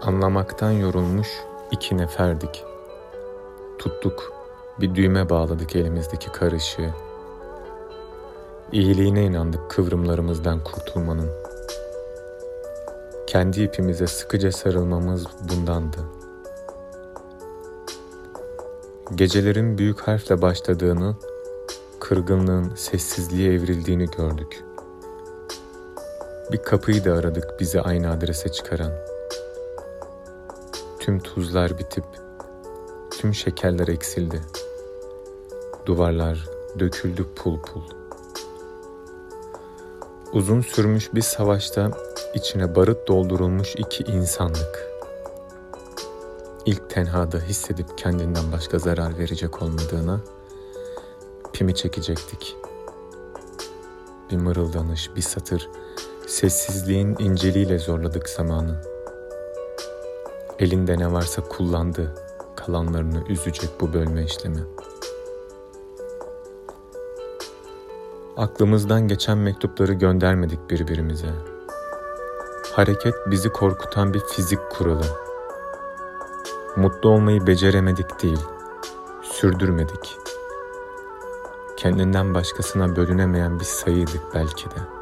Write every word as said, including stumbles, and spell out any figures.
Anlamaktan yorulmuş iki neferdik. Tuttuk, bir düğme bağladık elimizdeki karışığı. İyiliğine inandık kıvrımlarımızdan kurtulmanın. Kendi ipimize sıkıca sarılmamız bundandı. Gecelerin büyük harfle başladığını, kırgınlığın sessizliğe evrildiğini gördük. Bir kapıyı da aradık bizi aynı adrese çıkaran. Tüm tuzlar bitip, tüm şekerler eksildi. Duvarlar döküldü pul pul. Uzun sürmüş bir savaşta içine barut doldurulmuş iki insandık. İlk tenhada hissedip kendinden başka zarar verecek olmadığına pimi çekecektik. Bir mırıldanış, bir satır, sessizliğin inceliğiyle zorladık zamanı. Elinde ne varsa kullandı, kalanlarını üzecek bu bölme işlemi. Aklımızdan geçen mektupları göndermedik birbirimize. Hareket bizi korkutan bir fizik kuralı. Mutlu olmayı beceremedik değil, sürdürmedik. Kendinden başkasına bölünemeyen bir sayıydık belki de.